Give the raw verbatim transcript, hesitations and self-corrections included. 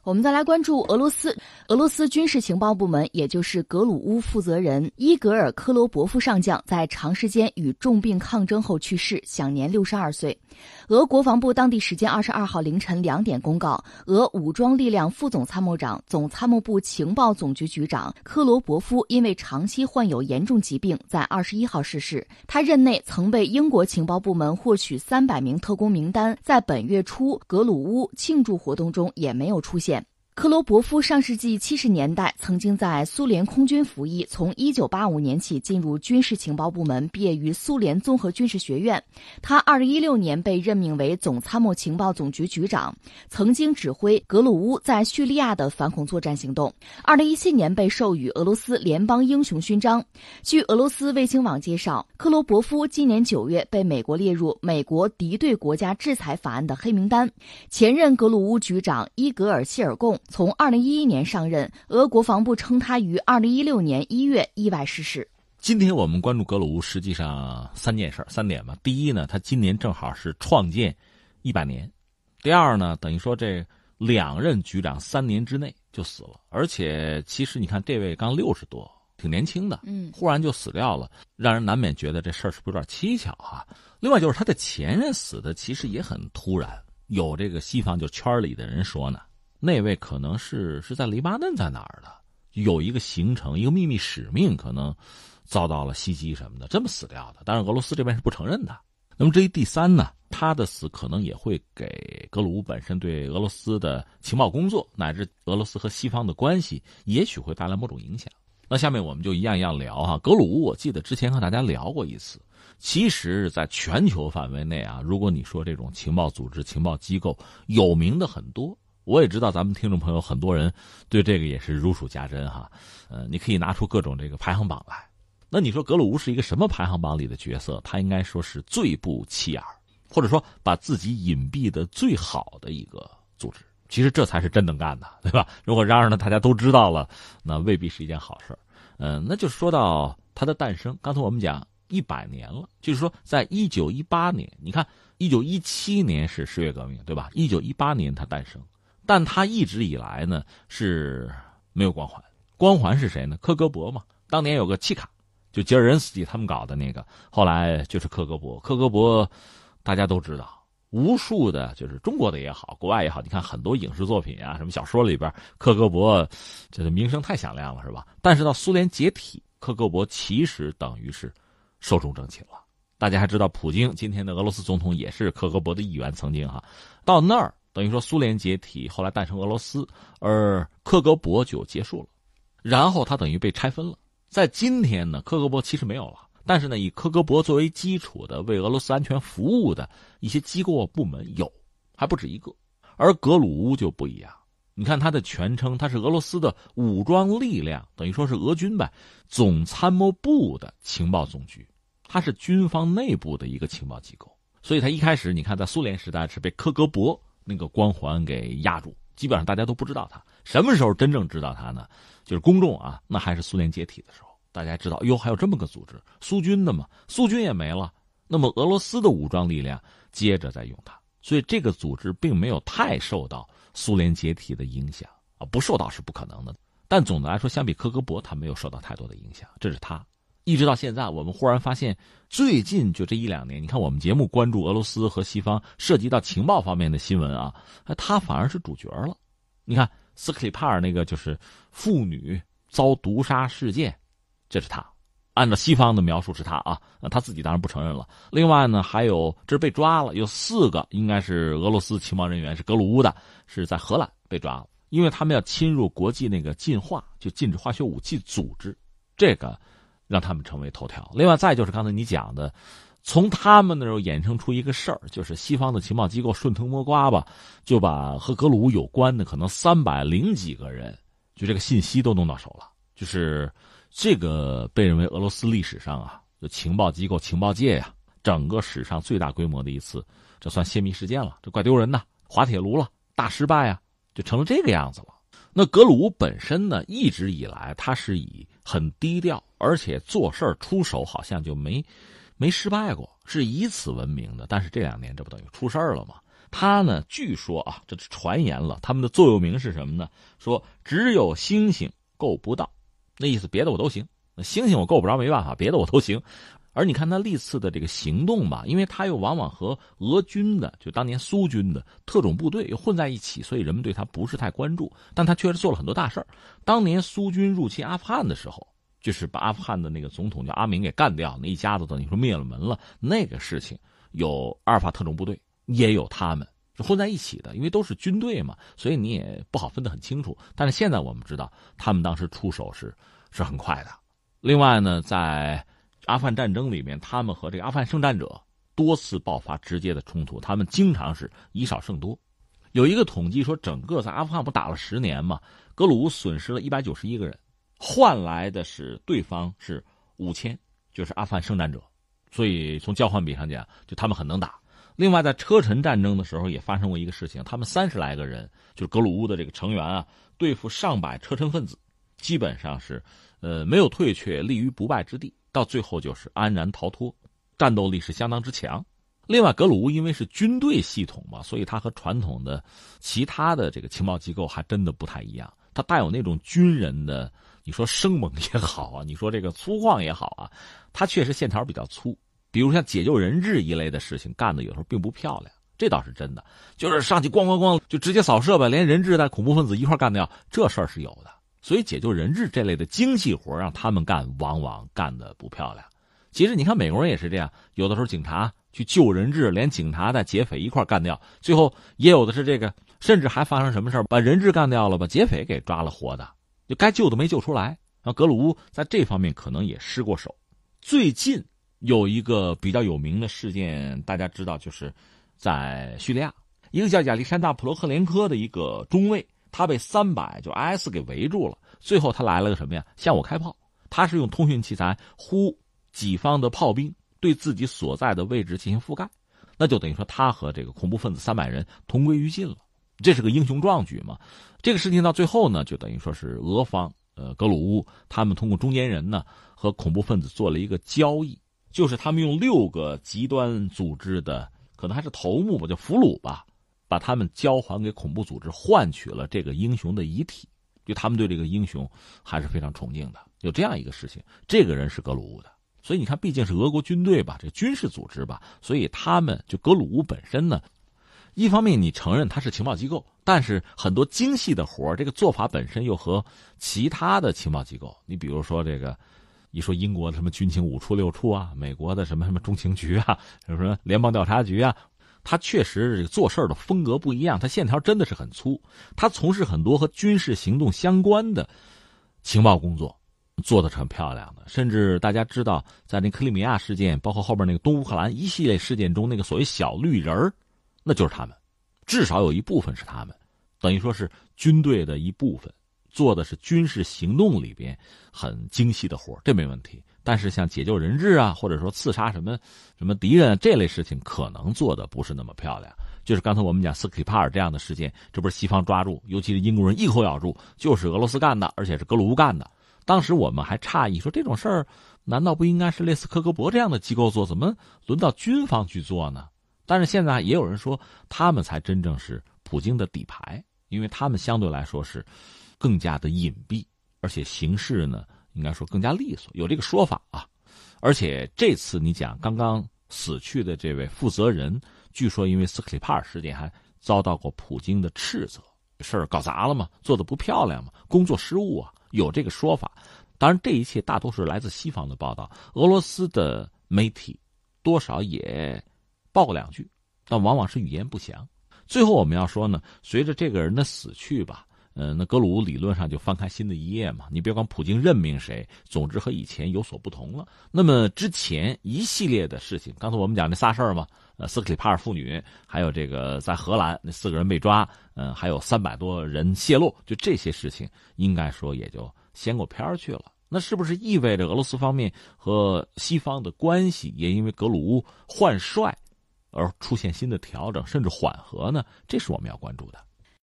我们再来关注俄罗斯。俄罗斯军事情报部门，也就是格鲁乌负责人伊格尔·科罗伯夫上将，在长时间与重病抗争后去世，享年六十二岁。俄国防部当地时间二十二号凌晨两点公告，俄武装力量副总参谋长、总参谋部情报总局局长科罗伯夫因为长期患有严重疾病，在二十一号逝世。他任内曾被英国情报部门获取三百名特工名单，在本月初格鲁乌庆祝活动中也没有出现。科罗伯夫上世纪七十年代曾经在苏联空军服役，从一九八五年起进入军事情报部门，毕业于苏联综合军事学院。他二零一六年被任命为总参谋情报总局局长，曾经指挥格鲁乌在叙利亚的反恐作战行动。二零一七年被授予俄罗斯联邦英雄勋章。据俄罗斯卫星网介绍，科罗伯夫今年九月被美国列入美国敌对国家制裁法案的黑名单。前任格鲁乌局长伊格尔·谢尔贡从二零一一年上任，俄国防部称他于二零一六年一月意外逝世。 今天我们关注格鲁乌，实际上三件事，三点吧。第一呢，他今年正好是创建一百年。第二呢，等于说这两任局长三年之内就死了，而且其实你看这位刚六十多，挺年轻的，嗯，忽然就死掉了，让人难免觉得这事儿是不是有点蹊跷啊？另外就是他的前任死的其实也很突然，有这个西方就圈里的人说呢，那位可能是是在黎巴嫩在哪儿的，有一个行程，一个秘密使命，可能遭到了袭击什么的，这么死掉的。当然俄罗斯这边是不承认的。那么至于第三呢，他的死可能也会给格鲁乌本身对俄罗斯的情报工作，乃至俄罗斯和西方的关系，也许会带来某种影响。那下面我们就一样一样聊哈。格鲁乌我记得之前和大家聊过一次，其实在全球范围内啊，如果你说这种情报组织、情报机构有名的很多，我也知道咱们听众朋友很多人对这个也是如数家珍哈。呃，你可以拿出各种这个排行榜来。那你说格鲁乌是一个什么排行榜里的角色？他应该说是最不起眼，或者说把自己隐蔽的最好的一个组织。其实这才是真能干的，对吧？如果嚷嚷的大家都知道了，那未必是一件好事。嗯、呃，那就说到它的诞生，刚才我们讲一百年了，就是说在一九一八年，你看一九一七年是十月革命，对吧？一九一八年它诞生，但它一直以来呢是没有光环。光环是谁呢？科格勃嘛，当年有个契卡，就杰尔任斯基他们搞的那个，后来就是科格勃。科格勃大家都知道。无数的就是中国的也好，国外也好，你看很多影视作品啊，什么小说里边，科格勃这个名声太响亮了，是吧？但是到苏联解体，科格勃其实等于是寿终正寝了。大家还知道，普京今天的俄罗斯总统也是科格勃的一员，曾经哈。到那儿等于说苏联解体，后来诞生俄罗斯，而科格勃就结束了，然后他等于被拆分了。在今天呢，科格勃其实没有了。但是呢，以科格勃作为基础的为俄罗斯安全服务的一些机构部门有，还不止一个。而格鲁乌就不一样，你看它的全称，它是俄罗斯的武装力量，等于说是俄军呗，总参谋部的情报总局，它是军方内部的一个情报机构。所以它一开始你看在苏联时代是被科格勃那个光环给压住，基本上大家都不知道它。什么时候真正知道它呢？就是公众啊，那还是苏联解体的时候。大家知道，哟，还有这么个组织，苏军的嘛，苏军也没了，那么俄罗斯的武装力量接着在用它，所以这个组织并没有太受到苏联解体的影响啊，不受到是不可能的。但总的来说，相比科格勃，他没有受到太多的影响，这是他。一直到现在，我们忽然发现，最近就这一两年，你看我们节目关注俄罗斯和西方涉及到情报方面的新闻啊，他反而是主角了。你看斯克里帕尔那个就是妇女遭毒杀事件。这是他，按照西方的描述是他啊，他自己当然不承认了。另外呢，还有这是被抓了，有四个应该是俄罗斯情报人员，是格鲁乌的，是在荷兰被抓了，因为他们要侵入国际那个禁化，就禁止化学武器组织，这个让他们成为头条。另外再就是刚才你讲的，从他们那儿衍生出一个事儿，就是西方的情报机构顺藤摸瓜吧，就把和格鲁乌有关的可能三百零几个人，就这个信息都弄到手了，就是这个被认为俄罗斯历史上啊，就情报机构、情报界呀、啊，整个史上最大规模的一次，这算泄密事件了，这怪丢人的，滑铁卢了，大失败啊，就成了这个样子了。那格鲁乌本身呢，一直以来他是以很低调，而且做事出手好像就没没失败过，是以此闻名的。但是这两年这不等于出事儿了吗？ 他呢，据说啊，这是传言了，他们的座右铭是什么呢？说只有星星够不到，那意思别的我都行，星星我够不着没办法，别的我都行。而你看他历次的这个行动吧，因为他又往往和俄军的，就当年苏军的特种部队又混在一起，所以人们对他不是太关注。但他确实做了很多大事儿。当年苏军入侵阿富汗的时候，就是把阿富汗的那个总统叫阿明给干掉，那一家子等于说灭了门了。那个事情有阿尔法特种部队，也有他们是混在一起的，因为都是军队嘛，所以你也不好分得很清楚。但是现在我们知道，他们当时出手是是很快的。另外呢，在阿富汗战争里面，他们和这个阿富汗圣战者多次爆发直接的冲突，他们经常是以少胜多。有一个统计说，整个在阿富汗不打了十年嘛，格鲁乌损失了一百九十一个人，换来的是对方是五千，就是阿富汗圣战者。所以从交换比上讲，就他们很能打。另外在车臣战争的时候也发生过一个事情，他们三十来个人，就是格鲁乌的这个成员啊，对付上百车臣分子，基本上是呃没有退却，立于不败之地，到最后就是安然逃脱，战斗力是相当之强。另外格鲁乌因为是军队系统嘛，所以它和传统的其他的这个情报机构还真的不太一样，它带有那种军人的，你说生猛也好啊，你说这个粗犷也好啊，它确实线条比较粗。比如像解救人质一类的事情干的有时候并不漂亮，这倒是真的，就是上去咣咣咣就直接扫射吧，连人质带恐怖分子一块干掉，这事儿是有的。所以解救人质这类的精细活让他们干，往往干得不漂亮。其实你看美国人也是这样，有的时候警察去救人质，连警察带劫匪一块干掉，最后也有的是这个，甚至还发生什么事儿，把人质干掉了，把劫匪给抓了活的，就该救的没救出来。然后格鲁乌在这方面可能也失过手。最近有一个比较有名的事件，大家知道，就是在叙利亚，一个叫亚历山大·普罗克连科的一个中尉，他被三百就 I S 给围住了。最后他来了个什么呀？向我开炮。他是用通讯器材呼己方的炮兵对自己所在的位置进行覆盖，那就等于说他和这个恐怖分子三百人同归于尽了。这是个英雄壮举嘛。这个事情到最后呢，就等于说是俄方呃格鲁乌他们通过中间人呢和恐怖分子做了一个交易，就是他们用六个极端组织的可能还是头目吧，就俘虏吧，把他们交还给恐怖组织，换取了这个英雄的遗体。就他们对这个英雄还是非常崇敬的，有这样一个事情。这个人是格鲁乌的，所以你看，毕竟是俄国军队吧，这个军事组织吧，所以他们就格鲁乌本身呢，一方面你承认它是情报机构，但是很多精细的活这个做法本身又和其他的情报机构，你比如说这个一说英国的什么军情五处六处啊，美国的什么什么中情局啊，什么联邦调查局啊，他确实做事的风格不一样，他线条真的是很粗，他从事很多和军事行动相关的情报工作，做的是很漂亮的。甚至大家知道，在那克里米亚事件，包括后边那个东乌克兰一系列事件中，那个所谓小绿人那就是他们，至少有一部分是他们，等于说是军队的一部分，做的是军事行动里边很精细的活，这没问题。但是像解救人质啊，或者说刺杀什么什么敌人、啊、这类事情，可能做的不是那么漂亮。就是刚才我们讲斯克里帕尔这样的事件，这不是西方抓住，尤其是英国人一口咬住，就是俄罗斯干的，而且是格鲁乌干的。当时我们还诧异说，这种事儿难道不应该是类似科格勃这样的机构做，怎么轮到军方去做呢？但是现在也有人说，他们才真正是普京的底牌，因为他们相对来说是更加的隐蔽，而且形势呢应该说更加利索，有这个说法啊。而且这次你讲刚刚死去的这位负责人，据说因为斯克里帕尔事件还遭到过普京的斥责，事儿搞砸了嘛，做的不漂亮嘛，工作失误啊，有这个说法。当然这一切大多数来自西方的报道，俄罗斯的媒体多少也报过两句，但往往是语言不详。最后我们要说呢，随着这个人的死去吧，呃，那格鲁乌理论上就翻开新的一页嘛。你别管普京任命谁，总之和以前有所不同了。那么之前一系列的事情，刚才我们讲那仨事儿嘛，呃，斯克里帕尔妇女，还有这个在荷兰那四个人被抓，嗯、呃，还有三百多人泄露，就这些事情，应该说也就掀过篇儿去了。那是不是意味着俄罗斯方面和西方的关系也因为格鲁乌换帅而出现新的调整，甚至缓和呢？这是我们要关注的。